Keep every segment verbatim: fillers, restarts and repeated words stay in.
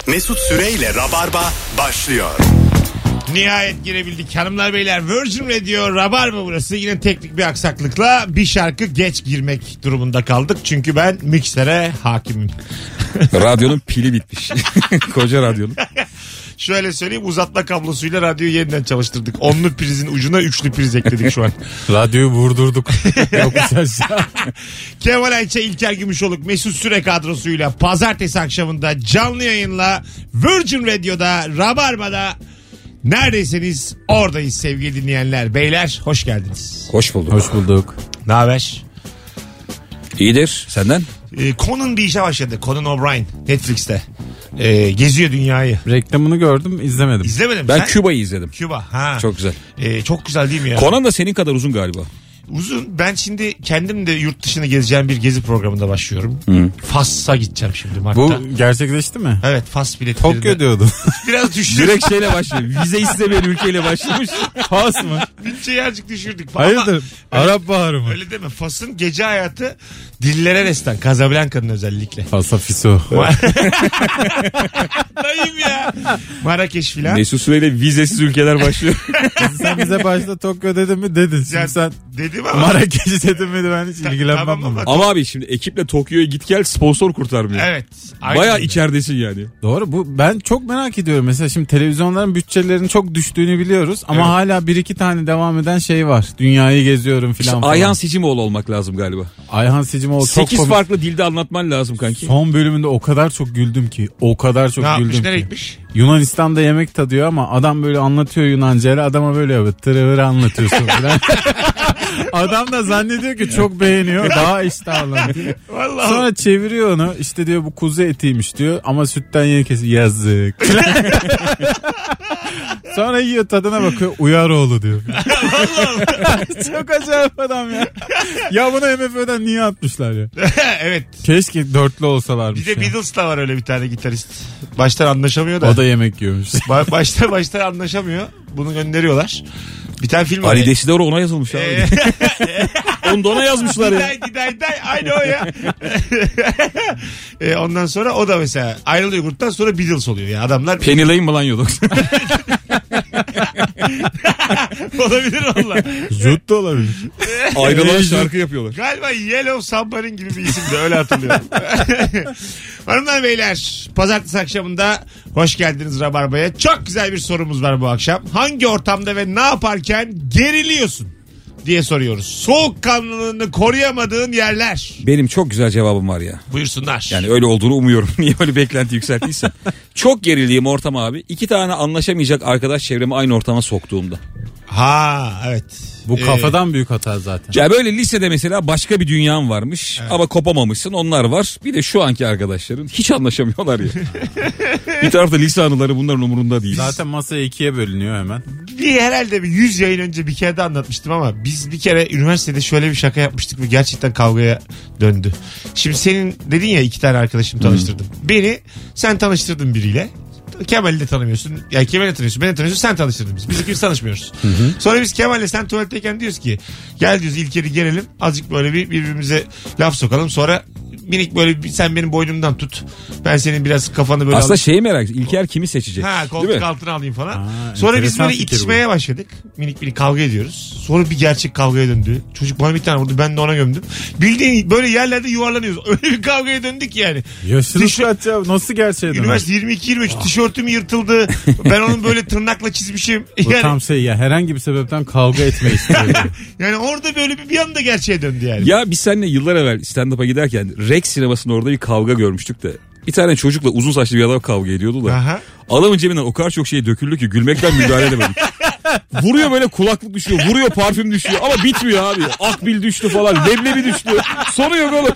Mesut Süreyle Rabarba başlıyor. Nihayet girebildik hanımlar beyler. Virgin Radio Rabarba burası. Yine teknik bir aksaklıkla bir şarkı geç girmek durumunda kaldık. Çünkü ben miksere hakimim. Radyonun pili bitmiş. Koca radyonun. Şöyle söyleyeyim, uzatma kablosuyla radyoyu yeniden çalıştırdık. Onlu prizin ucuna üçlü priz ekledik şu an. Radyoyu vurdurduk. Kemal Ayça, İlker Gümüşoluk, Mesut Süre kadrosuyla pazartesi akşamında canlı yayınla Virgin Radio'da Rabarba'da neredeyseniz oradayız sevgili dinleyenler. Beyler hoş geldiniz. Hoş bulduk. Hoş bulduk. Ne haber? İyidir. Senden? Ee, Conan bir işe başladı. Conan O'Brien Netflix'te. Ee, geziyor dünyayı. Reklamını gördüm, izlemedim. İzlemedim. Ben Sen? Küba'yı izledim. Küba. Ha. Çok güzel. Ee, çok güzel değil mi ya? Conan da senin kadar uzun galiba. Uzun. Ben şimdi kendim de yurt dışını gezeceğim bir gezi programında başlıyorum. Hı. Fas'a gideceğim şimdi Mart'ta. Bu gerçekleşti mi? Evet, Fas biletleri. Tokyo diyordum. Biraz düşürdük. Direkt şeyle başlıyor. Vize istemeyen ülkeyle başlamış. Fas mı? Bütçeyi azıcık düşürdük. Hayırdır? Ama, Arap Baharı mı? öyle deme. Fas'ın gece hayatı dillere destan. Casablanca'nın özellikle. Fasa Fiso. Dayım ya. Marrakeş filan. Mesut Süreyle vizesiz ülkeler başlıyor. Sen bize başta Tokyo dedin mi dedin. Şimdi Ya, sen dedim ama. Marrakeş dedin mi ben hiç ilgilenmem. Tamam ama- ama. Ama abi şimdi ekiple Tokyo'ya git gel sponsor kurtarmıyor. Evet. aynen Baya öyle. içeridesin yani. Doğru, bu ben çok merak ediyorum. Mesela şimdi televizyonların bütçelerinin çok düştüğünü biliyoruz. Ama Evet. hala bir iki tane devam eden şey var. Dünyayı geziyorum İşte filan falan. Ayhan Sicimoğlu olmak lazım galiba. Ayhan Sicimoğlu çok sekiz komik. farklı dilde anlatman lazım kanki. Son bölümünde o kadar çok güldüm ki. O kadar çok Ne yapmış, güldüm nereye ki. gitmiş? Yunanistan'da yemek tadıyor ama adam böyle anlatıyor Yunanca'yla, adama böyle yapıyor. Tırıvırı anlatıyorsun falan. Adam da zannediyor ki çok beğeniyor. Daha iştahlı anlatıyor. Vallahi. Sonra çeviriyor onu. İşte diyor bu kuzu etiymiş diyor. Ama sütten yeni kesiyor. Yazık. Sonra yiyor, tadına bakıyor. Uyar oğlu diyor. Çok acayip adam ya. Ya bunu M F Ö'den niye atmışlar ya? Evet. Keşke dörtlü olsalarmış. Bir de ya. Beatles'ta var öyle bir tane gitarist. Baştan anlaşamıyor da. O da yemek yiyormuş. Ba- başta başta anlaşamıyor. Bunu gönderiyorlar. Bir tane film var. Ali Desidero ona yazılmış abi. Ee, Onu da ona yazmışlar ya. Giday giday day aynı o ya. e, ondan sonra o da mesela ayrılıyor gruptan, sonra Beatles oluyor ya adamlar. Penny Lane mı lan yiyorduk? Olabilir valla. Jut da olabilir. Ayrılan şarkı yapıyorlar. Galiba Yellow Submarine gibi bir isimdi, öyle hatırlıyorum. Hanımlar beyler, pazartesi akşamında hoş geldiniz Rabarba'ya. Çok güzel bir sorumuz var bu akşam. Hangi ortamda ve ne yaparken geriliyorsun diye soruyoruz. Soğukkanlılığını koruyamadığın yerler. Benim çok güzel cevabım var ya. Buyursunlar. Yani öyle olduğunu umuyorum. Niye böyle beklenti yükselttiysen. Çok gerildiğim ortam abi. İki tane anlaşamayacak arkadaş çevremi aynı ortama soktuğumda. Ha evet. Bu Ee, kafadan büyük hata zaten. Ya böyle lisede mesela başka bir dünyan varmış Evet. ama kopamamışsın, onlar var. Bir de şu anki arkadaşların hiç anlaşamıyorlar ya. Bir tarafta lise anıları, bunların umurunda değil. Zaten masaya ikiye bölünüyor hemen. Bir herhalde bir yüz yayın önce bir kere de anlatmıştım ama biz bir kere üniversitede şöyle bir şaka yapmıştık ve gerçekten kavgaya döndü. Şimdi senin dedin ya iki tane arkadaşımı tanıştırdım. Beni sen tanıştırdın biriyle. Kemal'i de tanımıyorsun. Yani Kemal'i tanıyorsun. Beni tanıyorsun. Sen tanıştırdın biz. Biz ikimiz tanışmıyoruz. Sonra biz Kemal'le sen tuvaletteyken diyoruz ki gel diyoruz İlker'i gelelim. Azıcık böyle bir birbirimize laf sokalım. Sonra minik böyle bir, sen benim boynumdan tut. Ben senin biraz kafanı böyle Aslında alayım. şeyi merak ediyorum. İlker kimi seçecek? Ha, Değil koltuk mi? altına alayım falan. Aa, Sonra biz enteresan böyle fikir itişmeye başladık. Minik minik kavga ediyoruz. Sonra bir gerçek kavgaya döndü. Çocuk bana bir tane vurdu. Ben de ona gömdüm. Bildiğin böyle yerlerde yuvarlanıyoruz. Öyle bir kavgaya döndük yani. Yaşınız Tişört- kaç ya? Nasıl gerçeğe döner? Üniversite yirmi iki yirmi üç tişörtüm yırtıldı. Ben onun böyle tırnakla çizmişim. Bu Yani, tam şey ya, herhangi bir sebepten kavga etme istiyor. yani orada böyle bir, bir anda gerçeğe döndü yani. Ya biz seninle yıllar evvel stand-up'a giderken Rex sinemasının orada bir kavga görmüştük de. Bir tane çocukla uzun saçlı bir adam kavga ediyordu da. Aha. Adamın cebinden o kadar çok şey döküldü ki gülmekten müdahale edemedik. Vuruyor böyle, kulaklık düşüyor. Vuruyor, parfüm düşüyor. Ama bitmiyor abi. Akbil düştü falan. Leblebi düştü. Sonu yok oğlum.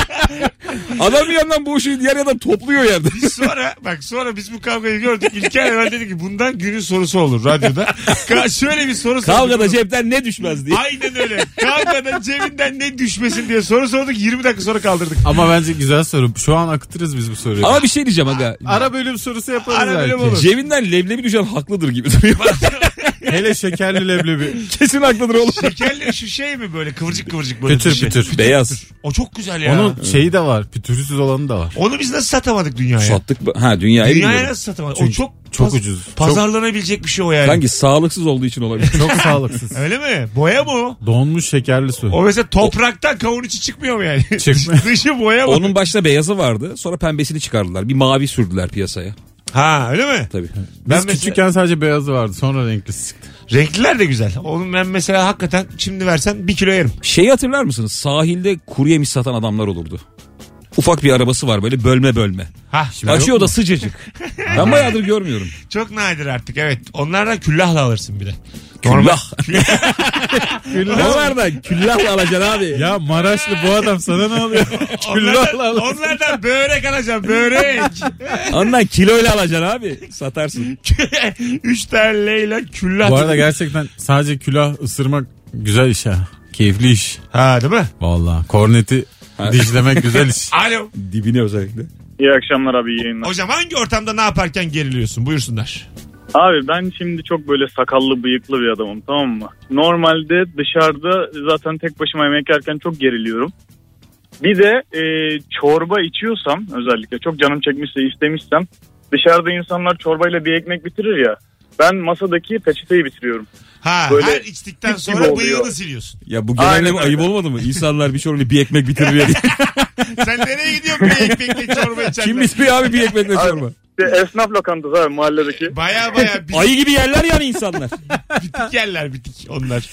Adam bir yandan bu işi diğer yandan topluyor yerde. Biz sonra bak sonra biz bu kavgayı gördük. İlker evvel dedi ki bundan günün sorusu olur radyoda. Ka- şöyle bir soru sorduk. Kavgada cepten ne düşmez diye. Aynen öyle. Kavgada cebinden ne düşmesin diye soru sorduk. yirmi dakika sonra kaldırdık. Ama bence güzel soru. Şu an akıtırız biz bu soruyu. Ama bir şey diyeceğim aga. Ara bölüm sorusu yaparız Ara bölüm belki. olur. Cebinden leblebi düşen haklıdır gibi duruyor. Hele şekerli leblebi. Kesin haklıdır oğlum. Şekerli şu şey mi böyle kıvırcık kıvırcık böyle Pütür bir şey. pütür. Beyaz. O çok güzel ya. Onun şeyi de var. Pütürsüz olanı da var. Onu biz nasıl satamadık dünyaya? Sattık mı? Ha dünyayı Dünyaya bilmiyorum. nasıl satamadık? Çünkü o çok çok paz- ucuz. Pazarlanabilecek bir şey o yani. Sanki sağlıksız olduğu için olabilir. Çok sağlıksız. Öyle mi? Boya mı o? Donmuş şekerli su. O mesela topraktan kavun içi çıkmıyor mu yani? Çıkmıyor. Dışı boya mı? Onun başta beyazı vardı. Sonra pembesini çıkardılar. Bir mavi sürdüler piyasaya. Ha öyle mi? Tabii. Biz Ben mesela- küçükken sadece beyazı vardı. Sonra renklisi çıktı. Renkliler de güzel. Onun ben mesela hakikaten şimdi versen bir kilo yerim. Şeyi hatırlar mısınız? Sahilde kuru yemiş satan adamlar olurdu. Ufak bir arabası var böyle bölme bölme. Ha, Açıyor da sıcacık. Ben bayağıdır görmüyorum. çok nadir artık evet. Onlardan küllahla alırsın bir de. Küllah. Onlardan küllahla alacaksın abi. Ya Maraşlı bu adam sana ne oluyor? Onlardan, Küllahla alırsın. onlardan börek alacağım börek. Ondan kiloyla alacaksın abi. Satarsın. Üç tane Leyla küllah. Bu arada gerçekten sadece külah ısırmak güzel iş ha. Keyifli iş. Ha değil mi? Vallahi korneti dişlemek güzel iş. Alo. Dibine özellikle. İyi akşamlar abi, iyi yayınlar. Hocam hangi ortamda ne yaparken geriliyorsun? Buyursunlar. Abi ben şimdi çok böyle sakallı bıyıklı bir adamım, tamam mı? Normalde dışarıda zaten tek başıma yemek yerken çok geriliyorum. Bir de e, çorba içiyorsam, özellikle çok canım çekmişse istemişsem, dışarıda insanlar çorbayla bir ekmek bitirir ya. Ben masadaki peçeteyi bitiriyorum. Ha Böyle her içtikten tip gibi sonra oluyor. bıyığını siliyorsun. Ya bu genelde Aynen ayıp öyle. olmadı mı? İnsanlar bir çorbayla bir ekmek bitirir diye. Sen nereye gidiyorsun bir ekmekle çorba içerken? Kim bitiriyor abi bir ekmekle çorba? İşte esnaf lokantası abi, mahalledeki. Baya baya bitik, Ayı gibi yerler yani insanlar. bitik yerler bitik onlar.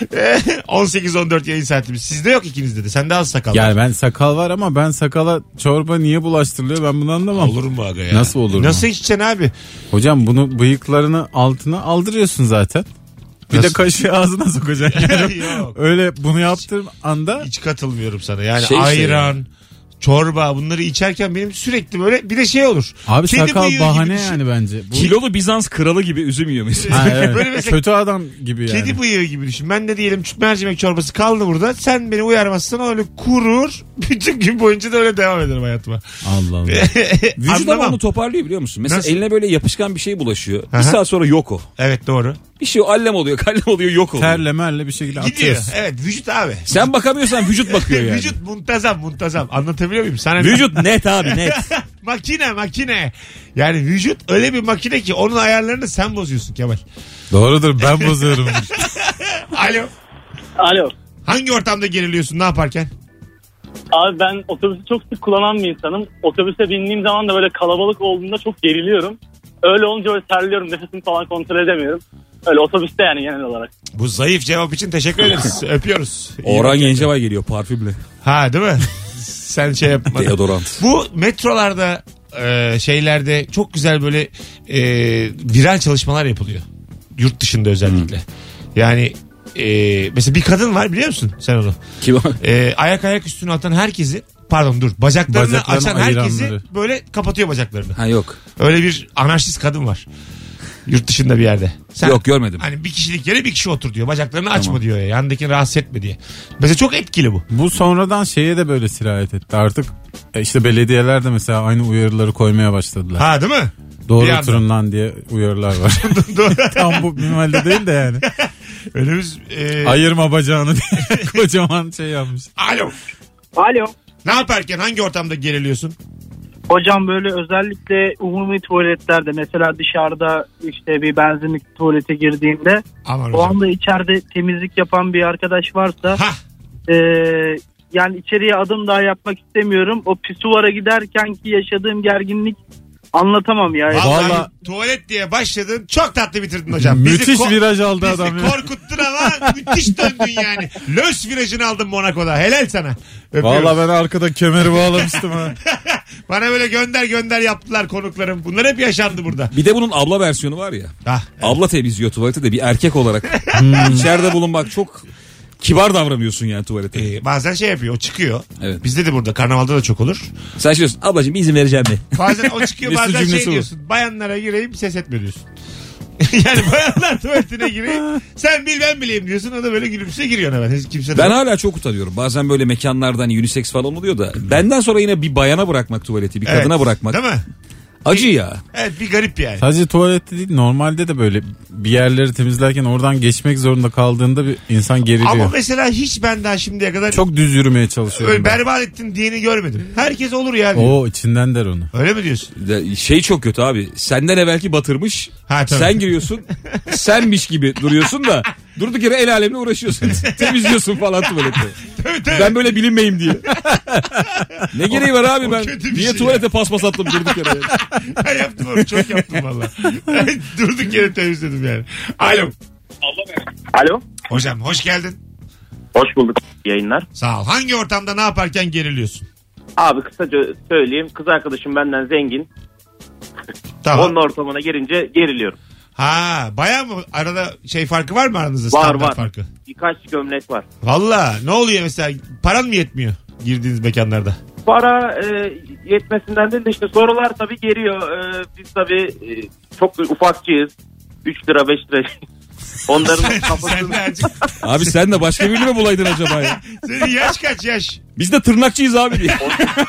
on sekiz on dört yayın saatimiz. Sizde yok ikinizde de. Sende az sakal var. Yani ben sakal var ama ben sakala çorba niye bulaştırılıyor ben bunu anlamam. Olur mu aga ya? Nasıl olur mu? Nasıl içeceksin abi? Hocam bunu bıyıklarını altına aldırıyorsun zaten. Bir Nasıl? de kaşığı ağzına sokacaksın. Yani Yok. öyle bunu yaptığın anda Hiç katılmıyorum sana. Yani Şey işte ayran, çorba bunları içerken benim sürekli böyle bir de şey olur. abi Kedi sakal bıyığı bahane gibi düşün. yani bence. Bu... Kilolu Bizans kralı gibi üzüm yiyor mesela. Ha, evet. Böyle mesela- Kötü adam gibi yani. Kedi bıyığı gibi düşün. Ben de diyelim mercimek çorbası kaldı burada. Sen beni uyarmazsan öyle kurur. Bütün gün boyunca da öyle devam ederim hayatıma. Allah Allah. Vücut ama Anlamam. onu toparlıyor biliyor musun? Mesela Nasıl? eline böyle yapışkan bir şey bulaşıyor. Aha. Bir saat sonra yok o. Evet doğru. Bir şey allem oluyor, kallem oluyor, yok oluyor. Terle merle bir şekilde Gidiyor. atıyorsun. Evet vücut abi. Sen bakamıyorsan vücut bakıyor yani. Vücut muntazam muntazam. Anlatabiliyor muyum? Sana Vücut net abi net. makine makine. Yani vücut öyle bir makine ki onun ayarlarını sen bozuyorsun Kemal. Doğrudur ben bozuyorum. Alo. Alo. Hangi ortamda geriliyorsun ne yaparken? Abi ben otobüsü çok sık kullanan bir insanım. Otobüse bindiğim zaman da böyle kalabalık olduğunda çok geriliyorum. Öyle olunca böyle terliyorum. Nefesimi falan kontrol edemiyorum. Öyle otobüste yani genel olarak. Bu zayıf cevap için teşekkür ederiz. Öpüyoruz. İyi Orhan bak. Gencebay geliyor parfümle. Ha değil mi? Sen şey yapma. Deodorant. Bu metrolarda e, şeylerde çok güzel böyle e, viral çalışmalar yapılıyor. Yurt dışında özellikle. Yani e, mesela bir kadın var biliyor musun sen onu? Kim o? E, ayak ayak üstüne atan herkesi pardon dur bacaklarını Bacaklarını açan herkesi ayıranları. böyle kapatıyor bacaklarını. Ha yok. Öyle bir anarşist kadın var. Yurt dışında bir yerde. Sen, Yok görmedim. Hani bir kişilik yere bir kişi otur diyor. Bacaklarını açma Tamam. diyor ya. Yandakini rahatsız etme diye. Mesela çok etkili bu. Bu sonradan şeye de böyle sirayet etti. Artık e, işte belediyeler de mesela aynı uyarıları koymaya başladılar. Ha değil mi? Bir Doğru anda. oturun lan diye uyarılar var. Doğru. Tam bu minvalde değil de yani. Önümüz... E... Ayırma bacağını diye kocaman şey yapmış. Alo. Alo. Ne yaparken hangi ortamda geriliyorsun? Hocam böyle özellikle umumi tuvaletlerde mesela dışarıda işte bir benzinlik tuvalete girdiğimde Aman o hocam. anda içeride temizlik yapan bir arkadaş varsa Ha. e, yani içeriye adım daha yapmak istemiyorum. O pisuvara giderken ki yaşadığım gerginlik anlatamam ya. Vallahi, Vallahi- tuvalet diye başladın. Çok tatlı bitirdin hocam. Müthiş ko- viraj aldı bizi adam ya. korkuttun ama müthiş döndün yani. Lös virajını aldın Monaco'da. Helal sana. Öpüyoruz. Vallahi ben arkada kemeri bağlamıştım ha. Bana böyle gönder gönder yaptılar konuklarım. Bunlar hep yaşandı burada. Bir de bunun abla versiyonu var ya. Ah, Abla temizliyor tuvaleti de bir erkek olarak. içeride bulunmak çok kibar davranıyorsun yani tuvalete. Ee, bazen şey yapıyor o çıkıyor. Evet. Bizde de burada karnavalda da çok olur. Sen şey diyorsun ablacığım izin vereceğim mi? Bazen o çıkıyor Mesut bazen şey cümlesi bu. diyorsun. Bayanlara gireyim ses etme diyorsun. Yani bayanlar tuvaletine gireyim. Sen bil ben bileyim diyorsun. O da böyle gülümse giriyor hemen. Hiç kimse de Ben hala çok utanıyorum. Bazen böyle mekanlardan unisex falan oluyor da benden sonra yine bir bayana bırakmak tuvaleti, bir Evet. kadına bırakmak. Değil mi? Acı ya. Evet, bir garip yani. Sadece tuvalette değil, normalde de böyle bir yerleri temizlerken oradan geçmek zorunda kaldığında bir insan geriliyor. Ama mesela hiç ben daha şimdiye kadar Çok düz yürümeye çalışıyorum. öyle ben. berbat ettin diyeni görmedim. Herkes olur yani. O içinden der onu. Öyle mi diyorsun? De- Şey çok kötü abi. Senden evvelki batırmış. Ha, tabii. Sen giriyorsun. Senmiş gibi duruyorsun da durduk yere el alemle uğraşıyorsun. Temizliyorsun falan tuvalette. Tabii, tabii. Ben böyle bilinmeyeyim diye. Ne gereği var abi o ben? kötü bir Niye şey tuvalete paspas attım durduk yere? Ben yaptım onu, çok yaptım valla. Durduk yere temizledim yani. Alo. Alo. Hocam hoş geldin. Hoş bulduk, yayınlar. Sağ ol. Hangi ortamda ne yaparken geriliyorsun? Abi kısaca söyleyeyim. Kız arkadaşım benden zengin. Tamam. Onun ortamına girince geriliyorum. Ha, bayağı mı arada şey farkı var mı aranızda? Var Standart var. farkı. Birkaç gömlek var. Valla ne oluyor mesela? Paran mı yetmiyor girdiğiniz mekanlarda? Para e, yetmesinden değil de işte sorular tabii geliyor. E, biz tabii e, çok ufakçıyız. üç lira beş lira. Onların Sen kafasını... de azıcık- Abi sen de başka birini mi bulaydın acaba ya? Senin yaş kaç yaş? Biz de tırnakçıyız abi diye.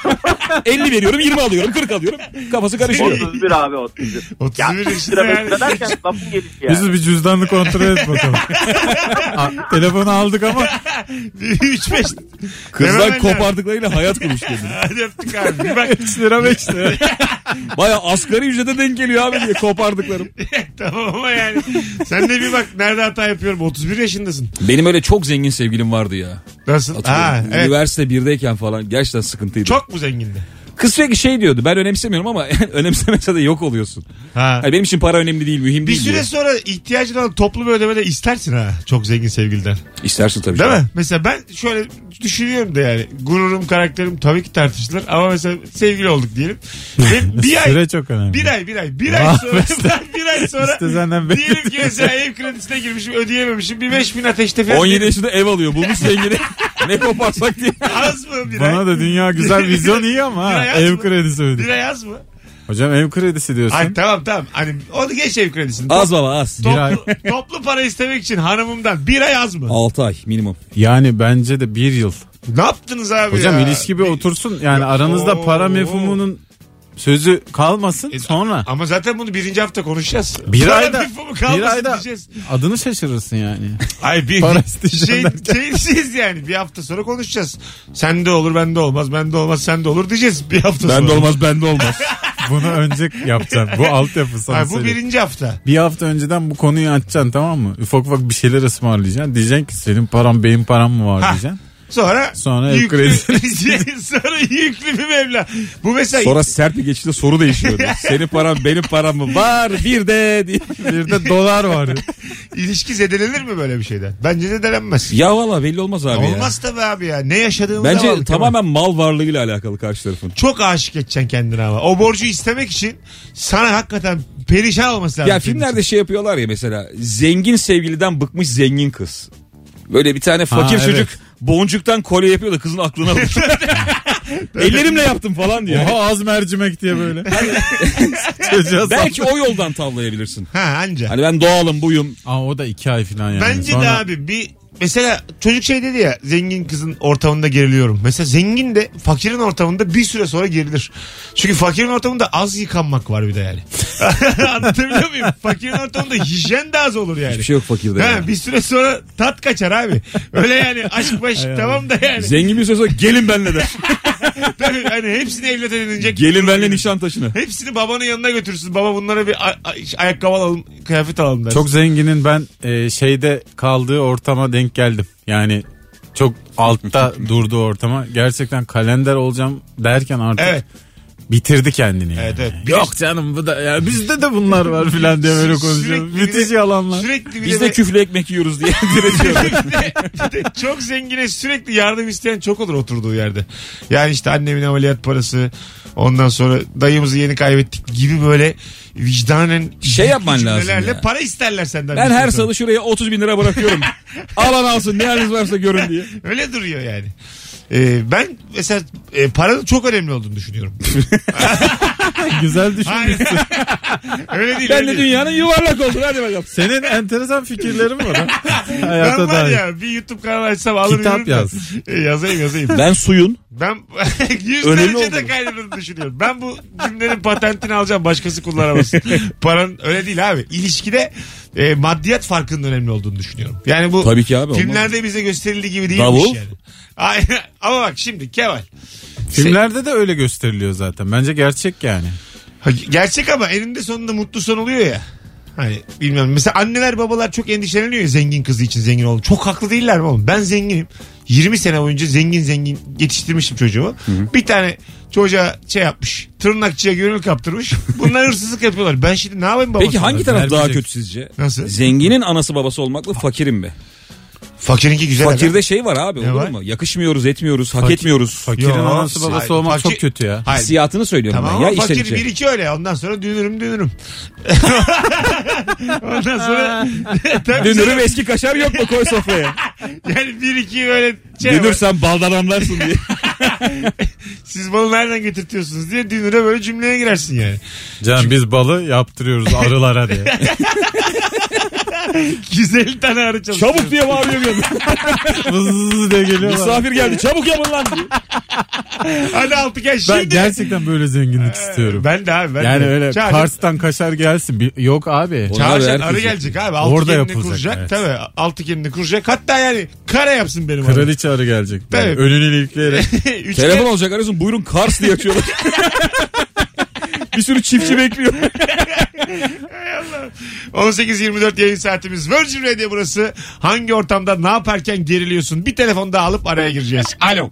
elli veriyorum, yirmi alıyorum, kırk alıyorum. Kafası karışıyor. otuz bir abi otuz bir. otuz Ya bir üç yaşında lira beş yani. lira derken lafın gelişi yani. Biz bir cüzdanını kontrol et bakalım. A- Telefonu aldık ama üç beş. Kızdan Dememen lazım. kopardıklarıyla hayat kurmuş kendini. Hadi öptük abi. Bir bak. üç lira beş lira. Baya asgari ücrete denk geliyor abi diye kopardıklarım. Tamam ama yani. Sen de bir bak nerede hata yapıyorum. otuz bir yaşındasın. Benim öyle çok zengin sevgilim vardı ya. Nasıl? Hatırlıyorum. Ha, evet. Üniversite birdeyken falan gerçekten sıkıntıydı. Çok mu zengindi? Kız sürekli şey diyordu, ben önemsemiyorum ama önemsemese de yok oluyorsun. Ha. Yani benim için para önemli değil, mühim Bir değil süre diyor. sonra ihtiyacın olan toplu bir ödeme de istersin ha. Çok zengin sevgiliden. İstersin tabii. Değil canım. mi? Mesela ben şöyle düşünüyorum da yani. Gururum, karakterim tabii ki tartışılır. Ama mesela sevgili olduk diyelim. Ve bir ay, Süre çok önemli. bir ay, bir ay. Bir ay Vah sonra, be. ben bir ay sonra İşte senden bekledim. diyelim ki mesela ev kredisine girmişim, ödeyememişim. Bir beş bin ateşte falan. on yedi yaşında ev alıyor, bulmuş zengini. Ne koparsak diye. Az mı bir ay? Bana da dünya güzel vizyon iyi ama ha, Biraz ev mı? kredisi Bir ödedi. ay az mı? Hocam ev kredisi diyorsun. Ay tamam tamam. Hani onu geç ev kredisini. Az baba az. Bir ay. Toplu, toplu para istemek için hanımımdan bir ay az mı? altı ay minimum. Yani bence de bir yıl. Ne yaptınız abi Hocam ya? ilişki bir otursun. Yani aranızda Oo. para mefhumunun sözü kalmasın E, sonra. Ama zaten bunu birinci hafta konuşacağız. Bir Para ayda, mefhumu kalmasın bir ayda diyeceğiz. adını şaşırırsın yani. Ay bir Para şey, isteyeceğim derken. şeysiz yani bir hafta sonra konuşacağız. Sende olur bende olmaz, bende olmaz sende olur diyeceğiz bir hafta sonra. Bende olmaz bende olmaz. Bunu önce yapacaksın. Bu altyapı sana Ay, bu söyleyeyim. birinci hafta. Bir hafta önceden bu konuyu açacaksın, tamam mı? Ufak ufak bir şeyler ısmarlayacaksın. Diyeceksin ki senin param benim param mı var Ha. diyeceksin. Sonra, Sonra ev yüklü, kredisi. sonra yüklü bir meblağ. Bu mesela Sonra sert bir geçişte soru değişiyor. Senin param benim param mı var bir de diye. Bir de dolar var. ilişki zedelenir mi böyle bir şeyden? Bence zedelenmez. Ya valla belli olmaz abi ya. Olmaz tabii abi ya. Ne yaşadığımız Bence tamamen mal varlığıyla alakalı karşı tarafın. çok aşık edeceksin kendine ama. O borcu istemek için sana hakikaten perişan olması lazım. Ya filmlerde şey yapıyorlar ya mesela zengin sevgiliden bıkmış zengin kız. Böyle bir tane fakir Ha, çocuk evet. boncuktan kolye yapıyor da kızın aklına alıyor. Ellerimle yaptım falan diyor. Oha az mercimek diye böyle. Çocuğa Belki o yoldan tavlayabilirsin. Ha anca. Hani ben doğalım buyum. Aa, o da iki ay falan yani. Bence de Sonra- abi bir mesela çocuk şey dedi ya zengin kızın ortamında geriliyorum. Mesela zengin de fakirin ortamında bir süre sonra gerilir. Çünkü fakirin ortamında az yıkanmak var bir de yani. Anlatabiliyor muyum? Fakirin ortamında hijyen de az olur yani. Hiçbir şey yok fakirde. Ha, yani. bir süre sonra tat kaçar abi. Öyle yani aşk baş tamam da yani. Zengin bir söz sonra gelin benle de. Tabii hani hepsini evlat edinecek. Gelin benle nişan taşını. Hepsini babanın yanına götürsün. Baba bunlara bir a- a- ayakkabı alalım, kıyafet alalım dersin. Çok zenginin ben e, şeyde kaldığı ortama denk geldim. Yani çok altta durduğu ortama. Gerçekten kalender olacağım derken artık Evet. bitirdi kendini. Yani. Evet, evet. Yok canım bu da ya bizde de bunlar var filan diye böyle konuşuyor. Sürekli bir Müthiş de- yalanlar. Sürekli bir Biz de, de küflü ekmek yiyoruz diye diretiyoruz. bir de çok zengine sürekli yardım isteyen çok olur oturduğu yerde. Yani işte annemin ameliyat parası, ondan sonra dayımızı yeni kaybettik gibi böyle vicdanen Şey yapman lazım cümlelerle ya. para isterler senden. Ben bir süre her sonra. salı şuraya otuz bin lira bırakıyorum. Alan alsın ne haliniz varsa görün diye. Öyle duruyor yani. Ee, ben mesela e, paranın çok önemli olduğunu düşünüyorum. Güzel Hayır. düşünmüşsün. öyle değil. Ben öyle de değil. dünyanın yuvarlak olsun hadi bakalım. Senin enteresan fikirlerin var ha. Ben Hayata var dair. ya bir YouTube kanalı açsam alır Kitap yürürüm de. yaz. E, yazayım yazayım. Ben suyun Ben Önemli yüzlerce oldu de mu? kaynadığını düşünüyorum. Ben bu cümlenin patentini alacağım, başkası kullanamasın. Paranın öyle değil abi. İlişkide e, maddiyat farkının önemli olduğunu düşünüyorum. Yani bu Tabii ki abi, filmlerde bize gösterildiği gibi değilmiş Davul. yani. Aynen. Ama bak şimdi Kemal. Filmlerde de öyle gösteriliyor zaten. Bence gerçek yani. Ha, gerçek ama eninde sonunda mutlu son oluyor ya. Hani bilmiyorum. Mesela anneler babalar çok endişeleniyor ya zengin kızı için, zengin oğlum. Çok haklı değiller mi oğlum? Ben zenginim. yirmi sene boyunca zengin zengin yetiştirmişim çocuğumu. Hı hı. Bir tane çocuğa şey yapmış. Tırnakçıya gönül kaptırmış. Bunlar hırsızlık yapıyorlar. Ben şimdi ne yapayım babası? Peki hangi olarak? taraf daha Vermeyecek. kötü sizce? Nasıl? Zenginin anası babası olmak mı, fakirin mi? Fakirinki güzel. Fakirde adam. şey var abi, Ne olur var? mu? Yakışmıyoruz, etmiyoruz, hak Fakir- etmiyoruz. Fakirin Yo, anası babası hayır, olmak fakir- çok kötü ya. Hayır. Hissiyatını söylüyorum Tamam ben ya, ama içten fakir içe. bir iki öyle. Ondan sonra dünürüm dünürüm. Ondan sonra tabii Dünürüm canım. eski kaşar yok mu, koy sofraya. Yani bir iki böyle şey Dünür var. sen baldan anlarsın diye. Siz balı nereden getirtiyorsunuz diye dünüre böyle cümleye girersin yani. Can biz balı yaptırıyoruz arılara diye. yüz elli tane arı çalışıyor. Çabuk diye bağırıyor bir Vızız diye geliyorlar. Misafir geldi, çabuk yapın lan diye. Hadi altı gel şimdi. Ben gerçekten böyle zenginlik istiyorum. Ben de abi ben Yani de. öyle Çağır- Kars'tan kaşar gelsin. Bir- Yok abi. Onlar Çağıracak da arı herkes gelecek abi. Altı Orada kendini yapılacak, kuracak. evet. Tabii altı kendini kuracak. Hatta yani kare yapsın benim arı. Kraliçe arı gelecek. Yani Evet. önünü ilikleyerek. Üç Telefon kere- olacak, arıyorsun, buyurun Kars diye açıyorlar. Bir sürü çiftçi bekliyor. on sekiz yirmi dört yayın saatimiz. Virgin Radio burası. Hangi ortamda ne yaparken geriliyorsun? Bir telefon daha alıp araya gireceğiz. Alo.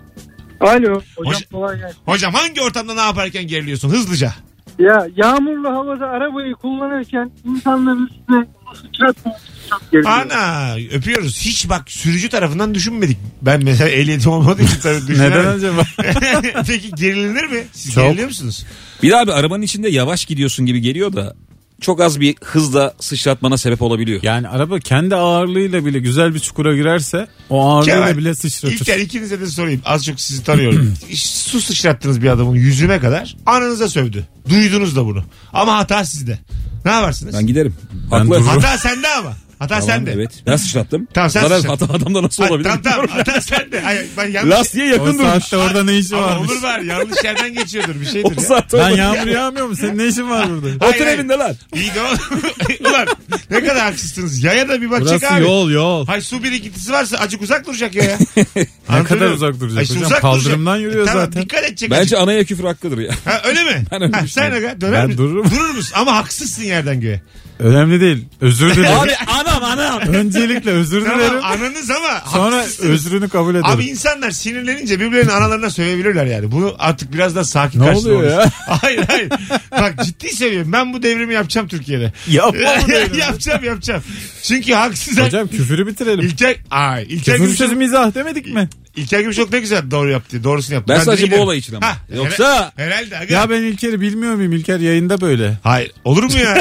Alo. Hocam Hoş- kolay gelsin. Hocam hangi ortamda ne yaparken geriliyorsun? Hızlıca. Ya yağmurlu havada arabayı kullanırken insanların üstüne sıçratmamak çok geliyor. Ana öpüyoruz. Hiç bak sürücü tarafından düşünmedik. Ben mesela ehliyetim olmadığı için tabii düşünemedim. Neden acaba? Peki gerilinir mi? Siz Çok. geriliyor musunuz? Bir daha bir arabanın içinde yavaş gidiyorsun gibi geliyor da çok az bir hızla sıçratmana sebep olabiliyor. Yani araba kendi ağırlığıyla bile güzel bir çukura girerse o ağırlığıyla Kemal, bile sıçratır. İlker ikinize de sorayım. Az çok sizi tanıyorum. Su sıçrattınız bir adamın yüzüme kadar. Ananıza sövdü. Duydunuz da bunu. Ama hata sizde. Ne yaparsınız? Ben giderim. Ben Haklı. dururum. Hata sende ama. Hata Tamam, sende. evet. Ben sıçrattım. Tamam, sen Zaten sıçrattın. hata adamda nasıl Ay, olabilir? tamam tamam hata sende. Ay, ben yanlış... Lastiğe O yakın durmuş. saatte orada ne işi Ama varmış? olur var. Yanlış yerden geçiyordur bir şeydir O ya. saatte Lan olmadı. yağmur yağmıyor mu? Senin ne işin var burada? Hayır, Otur hayır. evinde lan. İyi de o- Ulan ne kadar haksızsınız. Yaya da bir bakacak Burası abi. yol yol. Hay su birikintisi varsa acık uzak duracak ya. ya. Ne kadar uzak duracak Ay, işte hocam? uzak Kaldırımdan duracak. yürüyor E, tamam, zaten. Dikkat edecek. Bence azıcık. anaya küfür hakkıdır ya. Ha, öyle mi? Ben öyle ha, sen düşünüyorum. aga döner Ben misin? dururum. Durur musun? Ama haksızsın yerden göğe. Önemli değil. Özür dilerim. Abi anam anam. Öncelikle özür Tamam dilerim. ananız ama Sonra haksızsınız. özrünü kabul ederim. Abi insanlar sinirlenince birbirlerinin analarına sövebilirler yani. Bunu artık biraz daha sakin Ne karşılamalıyız. oluyor ya? Hayır hayır. Bak ciddi seviyorum. Ben bu devrimi yapacağım Türkiye'de. Yapma bu devrimi. yapacağım yapacağım. Çünkü haksız. Hocam küfürü bitirelim. İlker, ay, İlker Küfür Gümüşok, sözü mizah demedik mi? İlker Gümüşok ne güzel doğru yaptı. Doğrusunu yaptı. Ben de sadece bu giderim. olay için ama. Ha, Yoksa- her- herhalde aga. Ya ben İlker'i bilmiyor muyum? İlker yayında böyle. Hayır olur mu ya?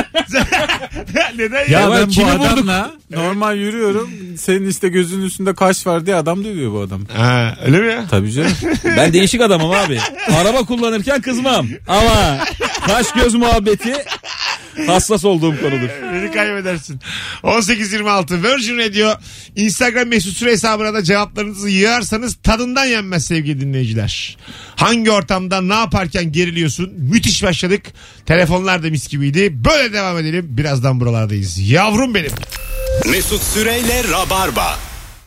Neden ya? Ya Kemal, ben bu kimi bulduk? adamla normal yürüyorum. Senin işte gözünün üstünde kaş var diye adam dövüyor bu adam. Ha, öyle mi ya? Tabii canım. Ben değişik adamım abi. Araba kullanırken kızmam. Ama kaş göz muhabbeti hassas olduğum konudur. Beni kaybedersin. on sekiz yirmi altı Virgin Radio Instagram mesut süre hesabına da cevaplarınızı yığarsanız tadından yenmez sevgili dinleyiciler. Hangi ortamda ne yaparken geriliyorsun? Müthiş başladık. Telefonlar da mis gibiydi. Böyle devam edelim. Birazdan buralardayız. Yavrum benim. Mesut Süreyle Rabarba.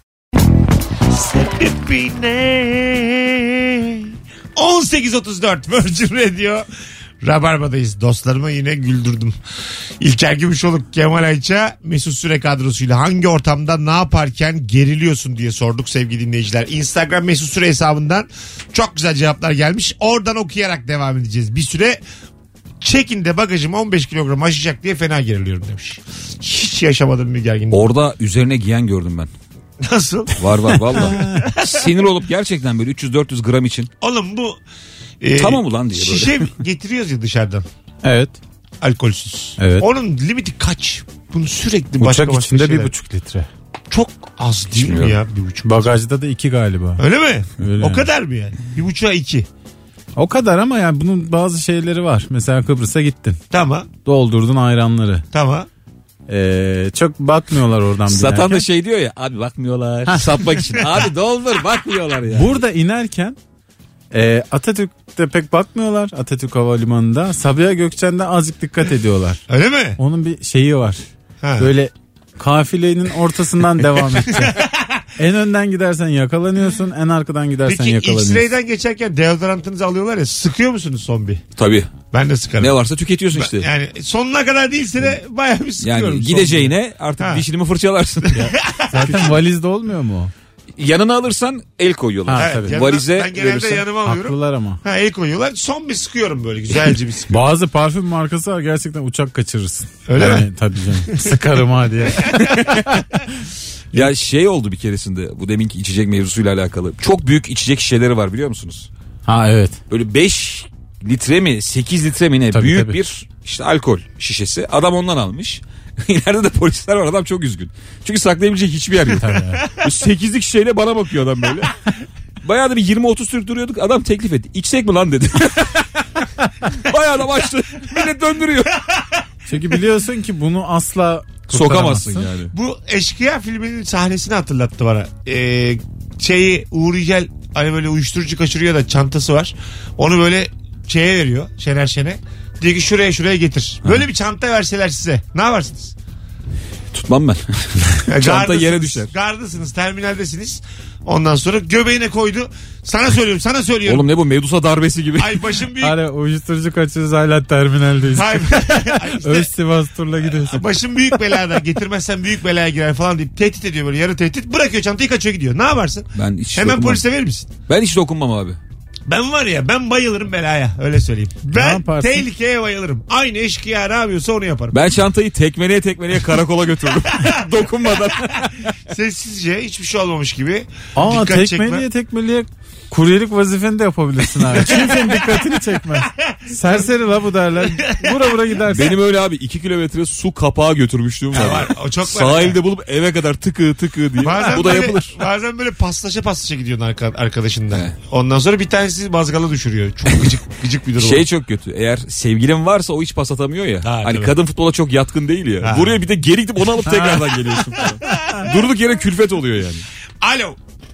on sekiz otuz dört Virgin Radio Rabarba'dayız. Dostlarıma yine güldürdüm. İlker Gümüşoluk, Kemal Ayça, Mesut Süre kadrosuyla hangi ortamda ne yaparken geriliyorsun diye sorduk sevgili dinleyiciler. Instagram Mesut Süre hesabından çok güzel cevaplar gelmiş. Oradan okuyarak devam edeceğiz. Bir süre çekinde bagajım on beş kilogram aşacak diye fena geriliyorum demiş. Hiç yaşamadım bir gerginlik. Orada üzerine giyen gördüm ben. Nasıl? Var var valla. Sinir olup gerçekten böyle üç yüz dört yüz gram için. Oğlum bu e, Tamam ulan diye böyle. şişe getiriyoruz ya dışarıdan. Evet. Alkolsüz. Evet. Onun limiti kaç? Bunu sürekli başka Uçak başka içinde şeyler. bir buçuk litre. Çok az değil mi ya bir buçuk? Bagajda da iki galiba. Öyle mi? Öyle O yani. kadar mı yani? Bir buçuğa iki. O kadar ama yani bunun bazı şeyleri var. Mesela Kıbrıs'a gittin. Tamam. Doldurdun ayranları. Tamam. Ee, çok bakmıyorlar oradan Satan binerken. da şey diyor ya abi bakmıyorlar. Satmak için. Abi doldur bakmıyorlar ya. Burada inerken Ee, Atatürk'te pek bakmıyorlar. Atatürk Havalimanı'nda. Sabiha Gökçen'de azıcık dikkat ediyorlar. Öyle mi? Onun bir şeyi var. Ha. Böyle kafilenin ortasından devam edeceksin. En önden gidersen yakalanıyorsun, en arkadan gidersen Peki yakalanıyorsun. X-ray'den geçerken deodorantınızı alıyorlar ya, sıkıyor musunuz son bir? Tabii. Ben de sıkarım. Ne varsa tüketiyorsun işte. Yani sonuna kadar değilse de bayağı bir sıkıyorum. Yani son gideceğine artık Ha. dişini mi fırçalarsın? Zaten valizde olmuyor mu o? Yanına alırsan el koyuyorlar. Ha, bir. Evet, tabii. yanına- Valize ben genelde verirsen- yanıma alıyorum. Haklılar ama. Ha, el koyuyorlar. Son bir sıkıyorum böyle güzelce bir sıkıyorum. Bazı parfüm markası var, gerçekten uçak kaçırırsın. Öyle yani, mi? Tabii canım. Sıkarım ha diye. Ya şey oldu bir keresinde bu deminki içecek mevzusuyla alakalı. Çok büyük içecek şişeleri var biliyor musunuz? Ha evet. Böyle beş litre mi sekiz litre mi ne Tabii, büyük tabii. bir işte alkol şişesi. Adam ondan almış. İleride de polisler var, adam çok üzgün. Çünkü saklayabilecek hiçbir yer yok. Bu sekizlik şişeyle bana bakıyor adam böyle. Bayağı da bir yirmi otuz Türk duruyorduk, adam teklif etti. İçsek mi lan dedi. Bayağı da başladı. Millet döndürüyor. Çünkü biliyorsun ki bunu asla Sokamazsın kurtaramazsın. yani. Bu Eşkıya filminin sahnesini hatırlattı bana. Ee, şeyi Uğur Yücel hani böyle uyuşturucu kaçırıyor da çantası var. Onu böyle şeye veriyor, Şener Şen'e. Diyor ki şuraya şuraya getir. Böyle bir çanta verseler size ne yaparsınız? Tutmam ben. Yani Çanta gardısınız, yere düşer. Gardısınız, terminaldesiniz. Ondan sonra göbeğine koydu. Sana söylüyorum, sana söylüyorum. Oğlum ne bu, Medusa darbesi gibi. Ay başım büyük. Hala uyuşturucu kaçırırız, hala terminaldeyiz. Ay, ay işte, Öz Sivas turla gidiyorsun. başım büyük belada, getirmezsen büyük belaya girer falan deyip tehdit ediyor, böyle yarı tehdit. Bırakıyor çantayı, kaçıyor gidiyor. Ne yaparsın? Ben hiç Hemen dokunmam. polise verir misin? Ben hiç dokunmam abi. Ben var ya, ben bayılırım belaya, öyle söyleyeyim. Ben yaparsın? tehlikeye bayılırım. Aynı eşkıya ne yapıyorsa onu yaparım. Ben çantayı tekmeleye tekmeleye karakola götürdüm. Dokunmadan. Sessizce, hiçbir şey olmamış gibi. Aa, Dikkat tekmeliye çekme. tekmeliye kuryelik vazifeni de yapabilirsin abi. Kimsenin dikkatini çekmez. Serseri la bu derler. Vura vura gidersin. Benim öyle abi iki kilometre su kapağı götürmüşlüğüm var. Var, o çok var. Sahilde bulup eve kadar tıkı tıkı diye. Bazen Bu da böyle, yapılır. Bazen böyle paslaşa paslaşa gidiyorsun arka, arkadaşından. Evet. Ondan sonra bir tanesi mazgala düşürüyor. Çok gıcık gıcık bir durum. Şey çok kötü. Eğer sevgilin varsa o hiç pas atamıyor ya. Ha, hani tabii. kadın futbola çok yatkın değil ya. Ha. Buraya bir de geri gidip onu alıp tekrardan geliyorsun falan. Durduk yere külfet oluyor yani. Alo.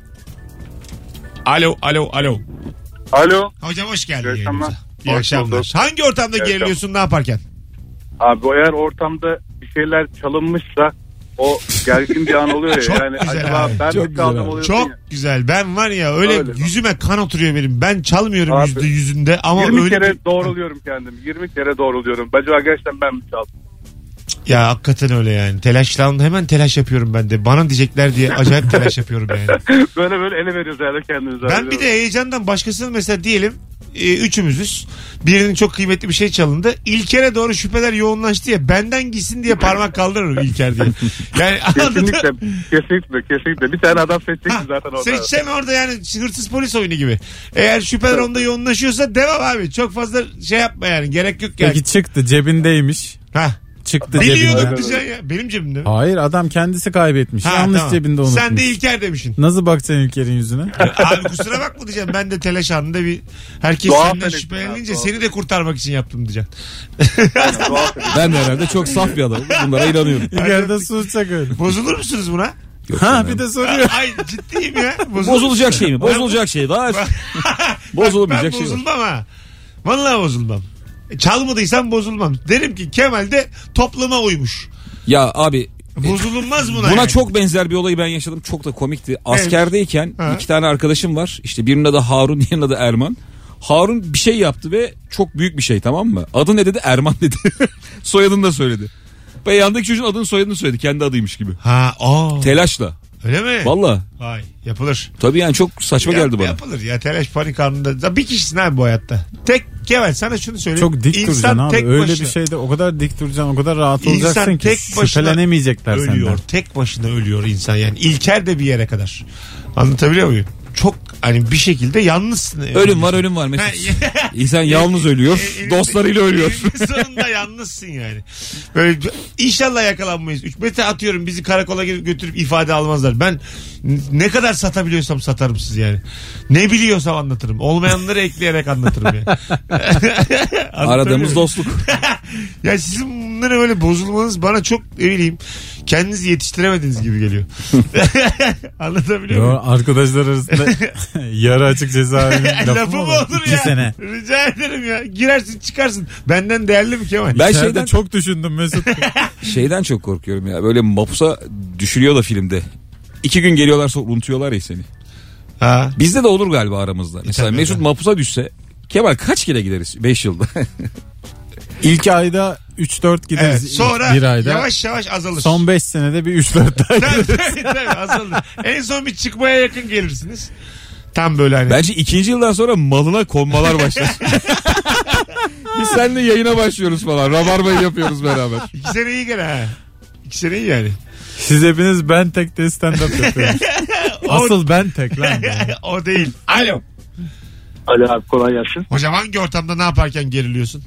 Alo, alo, alo. Alo. Hocam hoş geldin. İyi akşamlar. yayınımıza. İyi Hoş akşamlar. bulduk. Hangi ortamda Evet, geriliyorsun, ne yaparken? Abi eğer ortamda bir şeyler çalınmışsa o gergin bir an oluyor ya. Çok yani güzel acaba abi. ben Çok mi kaldım güzel abi. oluyorsun Çok ya. güzel. Ben var ya öyle, Öyle. yüzüme kan oturuyor benim. Ben çalmıyorum Abi, yüzde yüzünde ama yirmi öyle kere bir- doğruluyorum kendimi. yirmi kere doğruluyorum. Acaba gerçekten ben mi çaldım? Ya hakikaten öyle yani. Telaşlandım, hemen telaş yapıyorum ben de. Bana diyecekler diye acayip telaş yapıyorum yani. Böyle böyle ele veriyoruz herhalde kendimize. Ben bir de heyecandan başkasının, mesela diyelim e, üçümüzüz. Birinin çok kıymetli bir şey çalındı. İlker'e doğru şüpheler yoğunlaştı ya, benden gitsin diye parmak kaldırırım İlker diye. Yani anladın mı? Kesinlikle, kesinlikle, kesinlikle. Bir tane adam Ha, seçeceksin zaten orada. seçsem orada yani, hırsız polis oyunu gibi. Eğer şüpheler onda yoğunlaşıyorsa devam abi. Çok fazla şey yapma yani, gerek yok yani. Peki çıktı, cebindeymiş. Ha. Çıktı Biliyorduk cebinden. diyeceksin ya. Benim cebimde mi? Hayır, adam kendisi kaybetmiş. Ha, Yanlış tamam. cebinde unutmuş. Sen de İlker demişsin. Nasıl bakacaksın İlker'in yüzüne? Abi kusura bakma diyeceğim. Ben de telaş anında bir herkes Doğal senden felek şüphelenince ya, doğal. seni de kurtarmak için yaptım diyeceksin. Aynen, doğal tabii. Ben de herhalde çok saf bir adamım. Bunlara inanıyorum. İlker'de susacak öyle. Bozulur musunuz buna? Yok Ha canım. bir de soruyor. Ay ciddiyim ya. Bozulur Bozulacak musun? şey mi? Bozulacak şey. Daha bozulmayacak ben şey var. bozulmam ha. Vallahi bozulmam. E, Çalmadıysam bozulmam. Derim ki Kemal de topluma uymuş. Ya abi Bozulunmaz buna. buna yani. çok benzer bir olayı ben yaşadım. Çok da komikti. Askerdeyken Ha. iki tane arkadaşım var. İşte birinin adı Harun, diğerinin adı Erman. Harun bir şey yaptı ve çok büyük bir şey, tamam mı? Adı ne dedi? Erman dedi. Soyadını da söyledi. Ve yandaki çocuğun adını soyadını söyledi. Kendi adıymış gibi. Ha, aa. Telaşla. Öyle mi? Valla. Vay, yapılır. Tabii yani çok saçma Yap- geldi bana. Yapılır ya, telaş panik anında. Bir kişisin abi bu hayatta. Tek Kemal, sana şunu söyleyeyim. Çok dik İnsan duracaksın abi. tek Öyle başına bir şeyde o kadar dik duracaksın, o kadar rahat İnsan olacaksın ki tek başına şüphelenemeyecekler ölüyor. senden. Tek başına ölüyor insan yani. İlker de bir yere kadar. Anlatabiliyor muyum? Çok hani bir şekilde yalnızsın. Ölüm var, ölüm var Mesut. İnsan yalnız ölüyor. E, elinde- Dostlarıyla ölüyor. elinde sonunda yalnızsın yani. Böyle inşallah yakalanmayız. Üç metre atıyorum, bizi karakola götürüp ifade almazlar. Ben Ne kadar satabiliyorsam satarım siz yani. Ne biliyorsam anlatırım. Olmayanları ekleyerek anlatırım yani. Aradığımız dostluk. Ya sizin bunlara böyle bozulmanız bana çok ne bileyim kendinizi yetiştiremediğiniz gibi geliyor. Anlatabiliyor muyum? Yo, arkadaşlar arasında yarı açık cezaevinin lafı Lafı mı mı olur? olur İki ya? sene. Rica ederim ya. Girersin çıkarsın. Benden değerli mi Kemal? Ben İçeride şeyden çok düşündüm Mesut. şeyden çok korkuyorum ya. Böyle mapusa düşürüyor da filmde. İki gün geliyorlar sonra unutuyorlar ya seni. Ha. Bizde de olur galiba aramızda. Mesela tabii, Mesut tabii. mapusa düşse Kemal kaç kere gideriz? Beş yılda. İlk ayda üç dört gideriz. Evet, sonra bir ayda. yavaş yavaş azalır. Son beş senede bir üç dört daha tabii, gideriz. tabii, tabii, azalır. En son bir çıkmaya yakın gelirsiniz. Tam böyle hani. Bence ikinci yıldan sonra malına konmalar başlar. Biz seninle yayına başlıyoruz falan. Rabarbayı yapıyoruz beraber. İki sene iyi gene ha. İki sene iyi yani. Siz hepiniz ben tek de stand up yapıyorsunuz. Asıl ben tek lan. O değil. Alo. Alo abi, kolay gelsin. Hocam hangi ortamda ne yaparken geriliyorsun?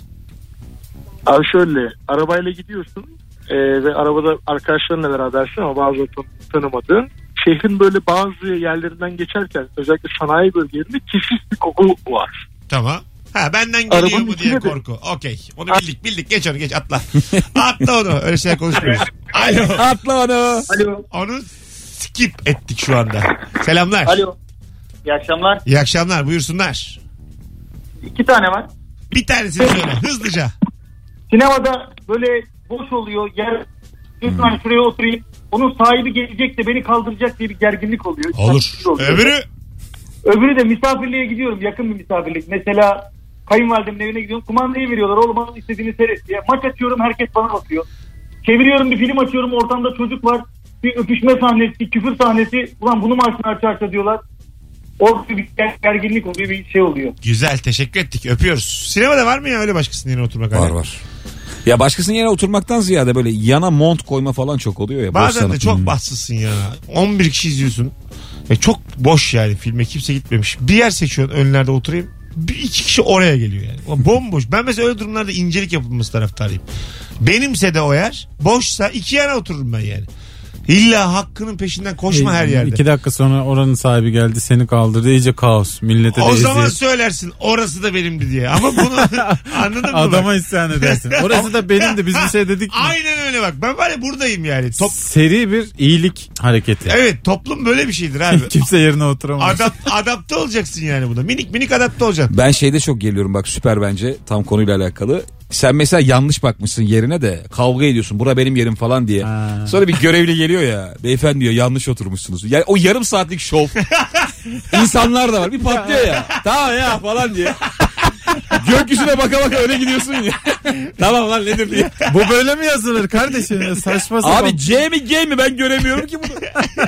Abi şöyle, arabayla gidiyorsun e, ve arabada arkadaşlarınla berabersin ama bazı tan- tanımadığın. Şehrin böyle bazı yerlerinden geçerken özellikle sanayi bölgelerinde kesin bir koku var. Tamam. Ha benden geliyor Arabanın mu diye içine de- korku. Okey. Onu bildik bildik. Geç onu geç atla. Atla onu. Öyle şey konuşmuyoruz. Alo. Atla onu. Alo. Onu skip ettik şu anda. Selamlar. Alo. İyi akşamlar. İyi akşamlar. Buyursunlar. İki tane var. Bir tanesini söyle. Hızlıca. Sinemada böyle boş oluyor. Yer diyorsun hani şuraya oturayım. Onun sahibi gelecek de beni kaldıracak diye bir gerginlik oluyor. Olur. oluyor. Öbürü. Öbürü de misafirliğe gidiyorum. Yakın bir misafirlik. Mesela kayınvalidemin evine gidiyorum. Kumandayı veriyorlar. Oğlum onun istediğini seyret diye. Maç açıyorum. Herkes bana bakıyor. Çeviriyorum, bir film açıyorum. Ortamda çocuk var. Bir öpüşme sahnesi, küfür sahnesi. Ulan bunu mu açsın arka arka diyorlar. Orada bir gerginlik oluyor, bir şey oluyor. Güzel. Teşekkür ettik. Öpüyoruz. Sinemada var mı ya öyle başkasının yerine oturmak? Var hani? var. Ya başkasının yerine oturmaktan ziyade böyle yana mont koyma falan çok oluyor ya. Bazen boş de sanat. çok bahtsızsın ya. on bir kişi izliyorsun. E çok boş yani filme kimse gitmemiş. Bir yer seçiyorsun önlerde oturayım. Bir iki kişi oraya geliyor yani. O bomboş. Ben mesela öyle durumlarda incelik yapılması taraftarıyım. Benimse de o yer boşsa iki yana otururum ben yani. İlla hakkının peşinden koşma her yerde. İki dakika sonra oranın sahibi geldi seni kaldırdı. İyice kaos. Millete de O zaman eziyet. söylersin orası da benimdi diye. Ama bunu anladın mı? Adama bak? isyan edersin. Orası da benimdi, biz bir şey dedik mi? Aynen öyle bak. Ben var ya buradayım yani. Top... Seri bir iyilik hareketi. Evet, toplum böyle bir şeydir abi. Kimse yerine oturamaz. Adapt, adapte olacaksın yani buna. Minik minik adapte olacaksın. Ben şeyde çok geliyorum bak, süper bence tam konuyla alakalı. Sen mesela yanlış bakmışsın yerine de kavga ediyorsun. Bura benim yerim falan diye. Ha. Sonra bir görevli geliyor ya. Beyefendi diyor yanlış oturmuşsunuz. Yani o yarım saatlik şov. İnsanlar da var. Bir patlıyor ya. Tamam ya falan diye. Gökyüzüne baka baka öyle gidiyorsun ya. Tamam lan nedir diye. Bu böyle mi yazılır kardeşim? Ya saçma sapan. Abi C mi G mi ben göremiyorum ki bunu.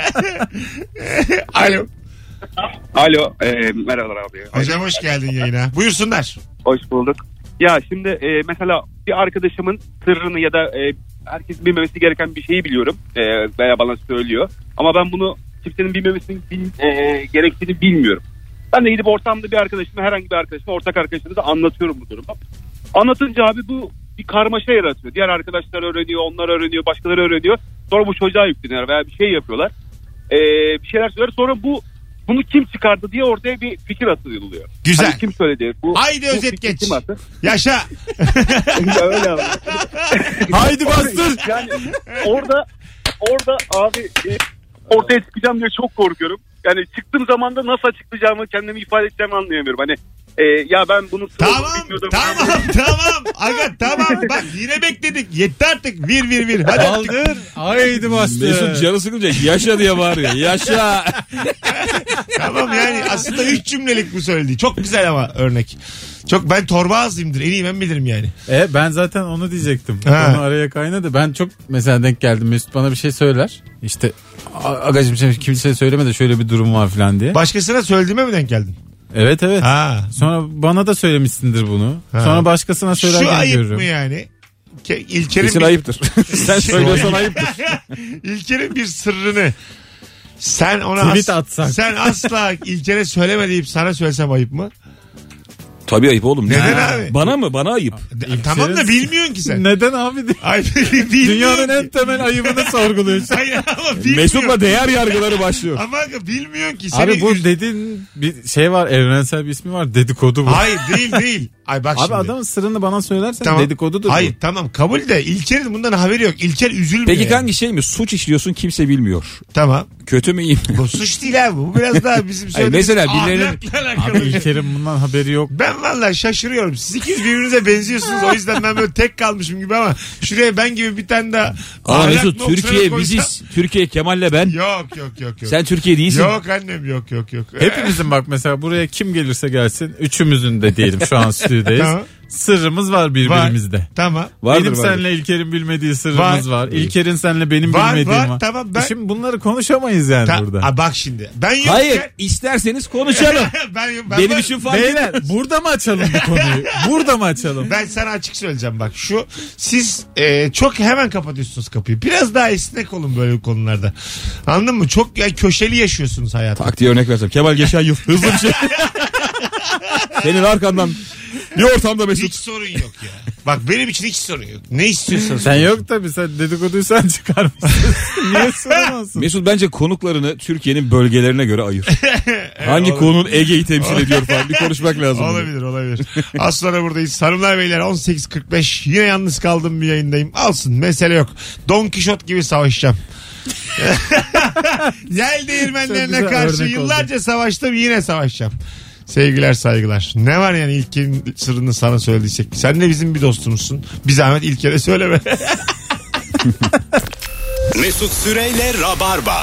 Alo. Alo, e, merhabalar abi. Hocam hoş geldin yayına. Buyursunlar. Hoş bulduk. Ya şimdi e, mesela bir arkadaşımın sırrını ya da e, herkesin bilmemesi gereken bir şeyi biliyorum e, veya bana söylüyor. Ama ben bunu kimsenin bilmemesinin bil, e, gerektiğini bilmiyorum. Ben de gidip ortamda bir arkadaşıma, herhangi bir arkadaşıma, ortak arkadaşımıza anlatıyorum bu durumu. Anlatınca abi bu bir karmaşa yaratıyor. Diğer arkadaşlar öğreniyor, onlar öğreniyor, başkaları öğreniyor. Sonra bu çocuğa yükleniyor veya bir şey yapıyorlar. E, bir şeyler söyler. Sonra bu bunu kim çıkardı diye ortaya bir fikir atılıyor. Güzel. Hani kim söyledi? Bu, Haydi bu özet fikri geç. kim attı? Yaşa. Öyle abi. Haydi bastır. Yani orada orada abi e, ortaya çıkacağım diye çok korkuyorum. Yani çıktığım zaman da nasıl açıklayacağımı, kendimi ifade edeceğimi anlayamıyorum. Hani e, ya ben bunu Tamam tamam tamam. Aga tamam bak yine bekledik. Yetti artık. Vir vir vir. Hadi. Kaldır. Haydi bastır. Mesut canı sıkılacak. Yaşa diye bağırıyor. Yaşa. Tamam yani aslında üç cümlelik bu söylediği. Çok güzel ama örnek. Çok ben torba ağzıyımdır. En iyi ben bilirim yani. E ben zaten onu diyecektim. Ha. Onu araya kaynadı. Ben çok mesela denk geldim. Mesut bana bir şey söyler. İşte agacım şey, kimseye söyleme de şöyle bir durum var falan diye. Başkasına söylediğime mi denk geldin? Evet evet. Ha. Sonra bana da söylemişsindir bunu. Ha. Sonra başkasına söylerken Şu ayıp görürüm. mı yani? Ke- İlker'in Kesin bir... ayıptır. Sen söylüyorsan ayıptır. İlker'in bir sırrını sen ona Tweet as- atsak. sen asla İlker'e söyleme deyip sana söylesem ayıp mı? Tabii ayıp oğlum. Neden Ha. abi? Bana mı? Bana ayıp. De- tamam da bilmiyorsun ki sen. Neden abi? Ay, bilmiyorsun Dünyanın ki. en temel ayıbını sorguluyorsun. Hayır ama bilmiyorsun. Mesut'la değer yargıları başlıyor. Ama bilmiyorsun ki. Seni Abi bu üz- dediğin bir şey var, evrensel bir ismi var, dedikodu bu. Hayır değil değil. Ay bak Abi şimdi. adamın sırrını bana söylersen Tamam. dedikodudur Hayır bu. tamam kabul de İlker'in bundan haberi yok. İlker üzülmüyor. Peki yani. kanki şey mi? Suç işliyorsun kimse bilmiyor. Tamam. Kötü mü iyi mi? Bu suç değil abi. Bu biraz daha bizim Hayır, söylediğimiz mesela birilerinin- ahlakla alakalı. Abi İlker'in bundan haberi yok. Ben vallahi şaşırıyorum. Siz ikiniz birbirinize benziyorsunuz. O yüzden ben böyle tek kalmışım gibi ama şuraya ben gibi bir tane daha Ama ahlak Mesut noktasına Türkiye koysam- biziz. Türkiye Kemal'le ben. Yok yok yok yok. Sen Türkiye değilsin. Yok annem yok yok yok. Hepimizin bak mesela buraya kim gelirse gelsin. Üçümüzün de diyelim şu an stüdyodayız. Tamam. Sırrımız var birbirimizde. Tamam. Vardır, benim vardır. seninle İlker'in bilmediği sırrımız Var. var. İlker'in seninle benim Var, bilmediğim var. var. Tamam, ben- Şimdi bunları konuşamayız yani Ta- burada. Aa, bak şimdi. Ben yokken... Hayır isterseniz konuşalım. ben, ben, Benim ben, için fark Beyler etmez. burada mı açalım bu konuyu? Burada mı açalım? Ben sana açık söyleyeceğim bak şu siz e, çok hemen kapatıyorsunuz kapıyı. Biraz daha esnek olun böyle konularda. Anladın mı? Çok ya, köşeli yaşıyorsunuz hayatı. Taktiği örnek versem. Kemal geçen yıl hızlı bir şey. Senin arkandan bir ortamda Hiç Mesut. sorun yok ya. Bak benim için hiç sorun yok. Ne istiyorsan Sen yok tabii, sen dedikoduyu sen çıkarmışsın. Niye sorun Mesut bence konuklarını Türkiye'nin bölgelerine göre ayır. Hangi konunun Ege'yi temsil ediyor falan bir konuşmak lazım. Olabilir olabilir. Az sonra buradayız. Hanımlar beyler on sekiz kırk beş yine yalnız kaldığım bir yayındayım. Alsın mesele yok. Don Kişot gibi savaşacağım. Yel değirmenlerine Çok güzel karşı örnek yıllarca savaştım yine savaşacağım. Sevgiler saygılar. Ne var yani İlker'in sırrını sana söylediysek. Sen de bizim bir dostumuzsun. Bir zahmet İlker'e söyleme. Mesut Süreyle Rabarba.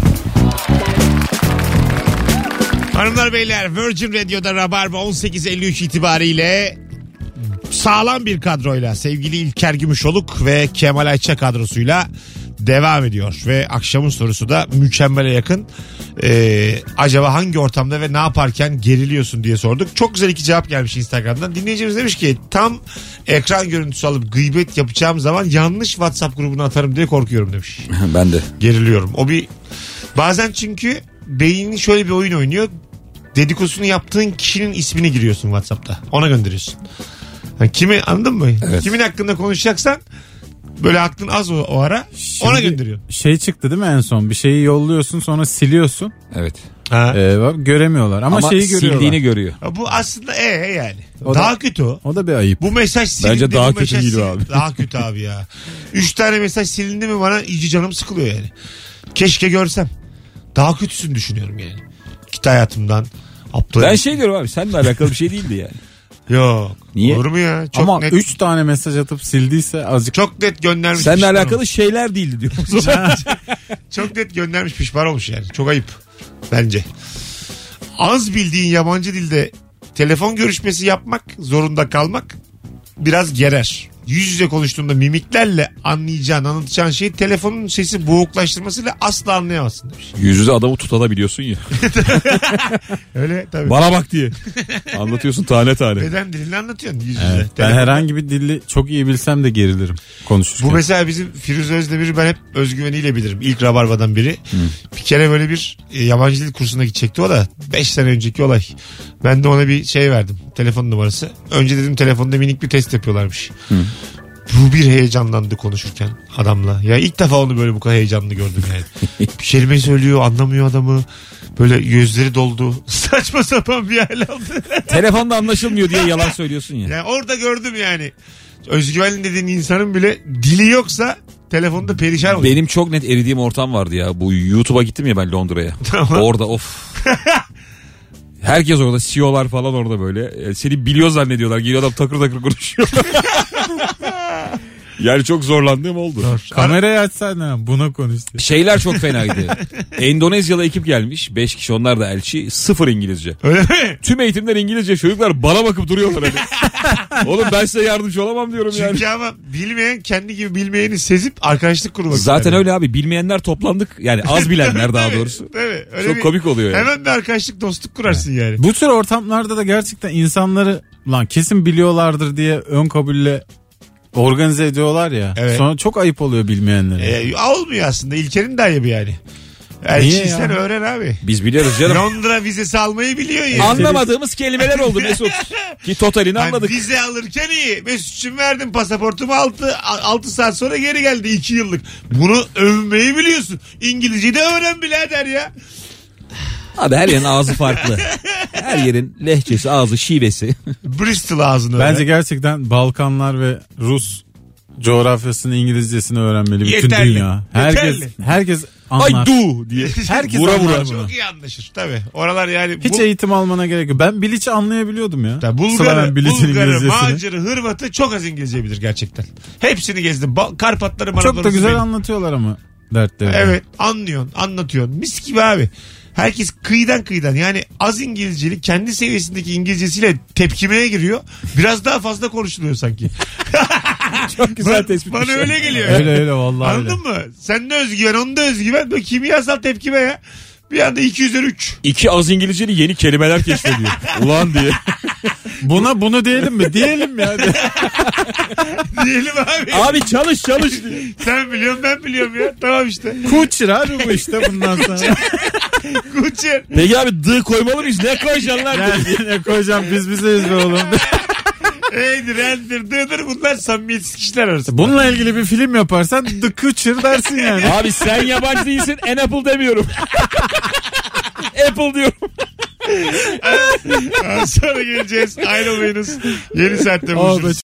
Hanımlar beyler Virgin Radio'da Rabarba on sekiz elli üç itibariyle sağlam bir kadroyla sevgili İlker Gümüşoluk ve Kemal Ayça kadrosuyla devam ediyor. Ve akşamın sorusu da mükemmele yakın. Ee, acaba hangi ortamda ve ne yaparken geriliyorsun diye sorduk. Çok güzel iki cevap gelmiş Instagram'dan. Dinleyicimiz demiş ki tam ekran görüntüsü alıp gıybet yapacağım zaman yanlış WhatsApp grubuna atarım diye korkuyorum demiş. Ben de. Geriliyorum. O bir bazen çünkü beynin şöyle bir oyun oynuyor. Dedikodusunu yaptığın kişinin ismini giriyorsun WhatsApp'ta. Ona gönderiyorsun. Yani kimi anladın mı? Evet. Kimin hakkında konuşacaksan böyle aklın az o, o ara ona Şimdi gönderiyorsun. Şey çıktı değil mi en son? Bir şeyi yolluyorsun sonra siliyorsun. Evet. Ha. Ee, bak, göremiyorlar ama, Ama şeyi görüyorlar. sildiğini görüyor. Bu aslında e e yani. O daha da- kötü o. O da bir ayıp. Bu mesaj silindi. Bence daha bu kötü mesaj değil o silindi. abi. Daha kötü abi ya. Üç tane mesaj silindi mi bana iyice canım sıkılıyor yani. Keşke görsem. Daha kötüsünü düşünüyorum yani. Git hayatımdan. Aptal. Ben şey diyorum abi seninle alakalı bir şey değildi yani. Yok. Niye? Olur mu ya? Çok Ama net. üç tane mesaj atıp sildiyse azıcık. Çok net göndermiş. Seninle pişman alakalı olmuş. şeyler değildi diyorum. Çok net göndermiş pişman olmuş yani. Çok ayıp. Bence. Az bildiğin yabancı dilde telefon görüşmesi yapmak zorunda kalmak biraz gerer. Yüz yüze konuştuğunda mimiklerle anlayacağın, anlatacağın şeyi telefonun sesi boğuklaştırmasıyla asla anlayamazsın demiş. Yüz yüze adamı tutabiliyorsun ya. Öyle tabii. Bana bak diye. Anlatıyorsun tane tane. Beden dilini anlatıyorsun yüz yüze. Evet, ben Telefonda. herhangi bir dili çok iyi bilsem de gerilirim konuşurken. Bu mesela bizim Firuze Özdemir'i ben hep özgüveniyle bilirim. İlk Rabarba'dan biri. Bir kere böyle bir e, yabancı dil kursuna gidecekti o da. beş sene önceki olay. Ben de ona bir şey verdim. Telefon numarası. Önce dedim telefonda minik bir test yapıyorlarmış. Bu bir heyecanlandı konuşurken adamla. Ya ilk defa onu böyle bu kadar heyecanlı gördüm yani. Bir kelime söylüyor anlamıyor adamı. Böyle gözleri doldu. Saçma sapan bir hal aldı. Telefonda anlaşılmıyor diye yalan söylüyorsun ya. Yani orada gördüm yani. Özgüvenli dediğin insanın bile dili yoksa telefonda perişan oluyor. Benim çok net eridiğim ortam vardı ya. Bu YouTube'a gittim ya ben Londra'ya. Tamam. Orada of. Herkes orada, C E O'lar falan orada böyle. E, Seni biliyor zannediyorlar. Geliyor adam takır takır konuşuyor. Yani çok zorlandığım oldu. Kamerayı açsana, buna konuştu. Şeyler çok fenaydı. Endonezyalı ekip gelmiş. Beş kişi, onlar da elçi. Sıfır İngilizce. Öyle mi? Tüm eğitimler İngilizce. Çocuklar bana bakıp duruyorlar hani. Oğlum ben size yardımcı olamam diyorum yani. Çünkü ama bilmeyen kendi gibi bilmeyeni sezip arkadaşlık kurmak. Zaten ister. öyle abi. Bilmeyenler toplandık. Yani az bilenler daha doğrusu. Evet, öyle Çok bir- komik oluyor yani. Hemen bir arkadaşlık dostluk kurarsın yani. Bu tür ortamlarda da gerçekten insanları lan kesin biliyorlardır diye ön kabulle organize ediyorlar ya. Evet. Sonra çok ayıp oluyor bilmeyenlere. Ee, olmuyor aslında. İlker'in de ayıbı yani. Elçi Niye sen ya? öğren abi. Biz biliyoruz canım. Londra vizesi almayı biliyor ya. Anlamadığımız kelimeler oldu Mesut. Ki totalini Hani anladık. vize alırken iyi. Mesut'cum verdim pasaportumu altı saat sonra geri geldi iki yıllık. Bunu övmeyi biliyorsun. İngilizceyi de öğren birader ya. Abi her yerin ağzı farklı. Her yerin lehçesi, ağzı, şivesi. Bristol ağzını öğren. Bence gerçekten Balkanlar ve Rus coğrafyasını, İngilizcesini öğrenmeli bütün Yeterli. dünya. Herkes Yeterli. herkes Ay anlar. du diye. Herkes Vura vura. anlar bunu. Çok iyi anlaşır tabii. Oralar yani. Hiç bu, eğitim almana gerek yok. Ben Bilic'i anlayabiliyordum ya. Ya Bulgarı, Slaven Bilic'in Bulgarı, İngilizcesini. Macarı, Hırvatı çok az İngilizce bilir gerçekten. Hepsini gezdim. Ba- Karpatları, Çok da Marmara'sı güzel benim. anlatıyorlar ama dertleri. Evet, anlıyorsun, anlatıyorsun. Mis gibi abi. Herkes kıyıdan kıyıdan, yani az İngilizceli kendi seviyesindeki İngilizcesiyle tepkimeye giriyor. Biraz daha fazla konuşuluyor sanki. Çok güzel Bana- tespit. Bana öyle geliyor. Öyle öyle vallahi öyle. Anladın mı? Sen de özgüven, onun da özgüven. Böyle kimyasal tepkime ya. Bir anda iki yüzden üç. İki az İngilizceli yeni kelimeler keşfediyor. Ulan diye. Buna bunu diyelim mi? Diyelim ya. Diyelim abi. Abi çalış çalış diye. Sen biliyorsun, ben biliyorum ya. Tamam işte. Kuçer abi bu işte bundan sonra. Kuçer. Peki abi dı koymalı mıyız? Ne koyacaksın lan? Yani ne koyacağım biz bizeyiz be oğlum. Eydir, eldir, dıdır, bunlar samimiyetsiz kişiler arasında. Bununla ilgili bir film yaparsan The Kuçer dersin yani. Abi sen yabancı değilsin. En Apple demiyorum. Apple diyorum. Az sonra geleceğiz. Ayrılmayınız. Yeni saatte buluşuruz.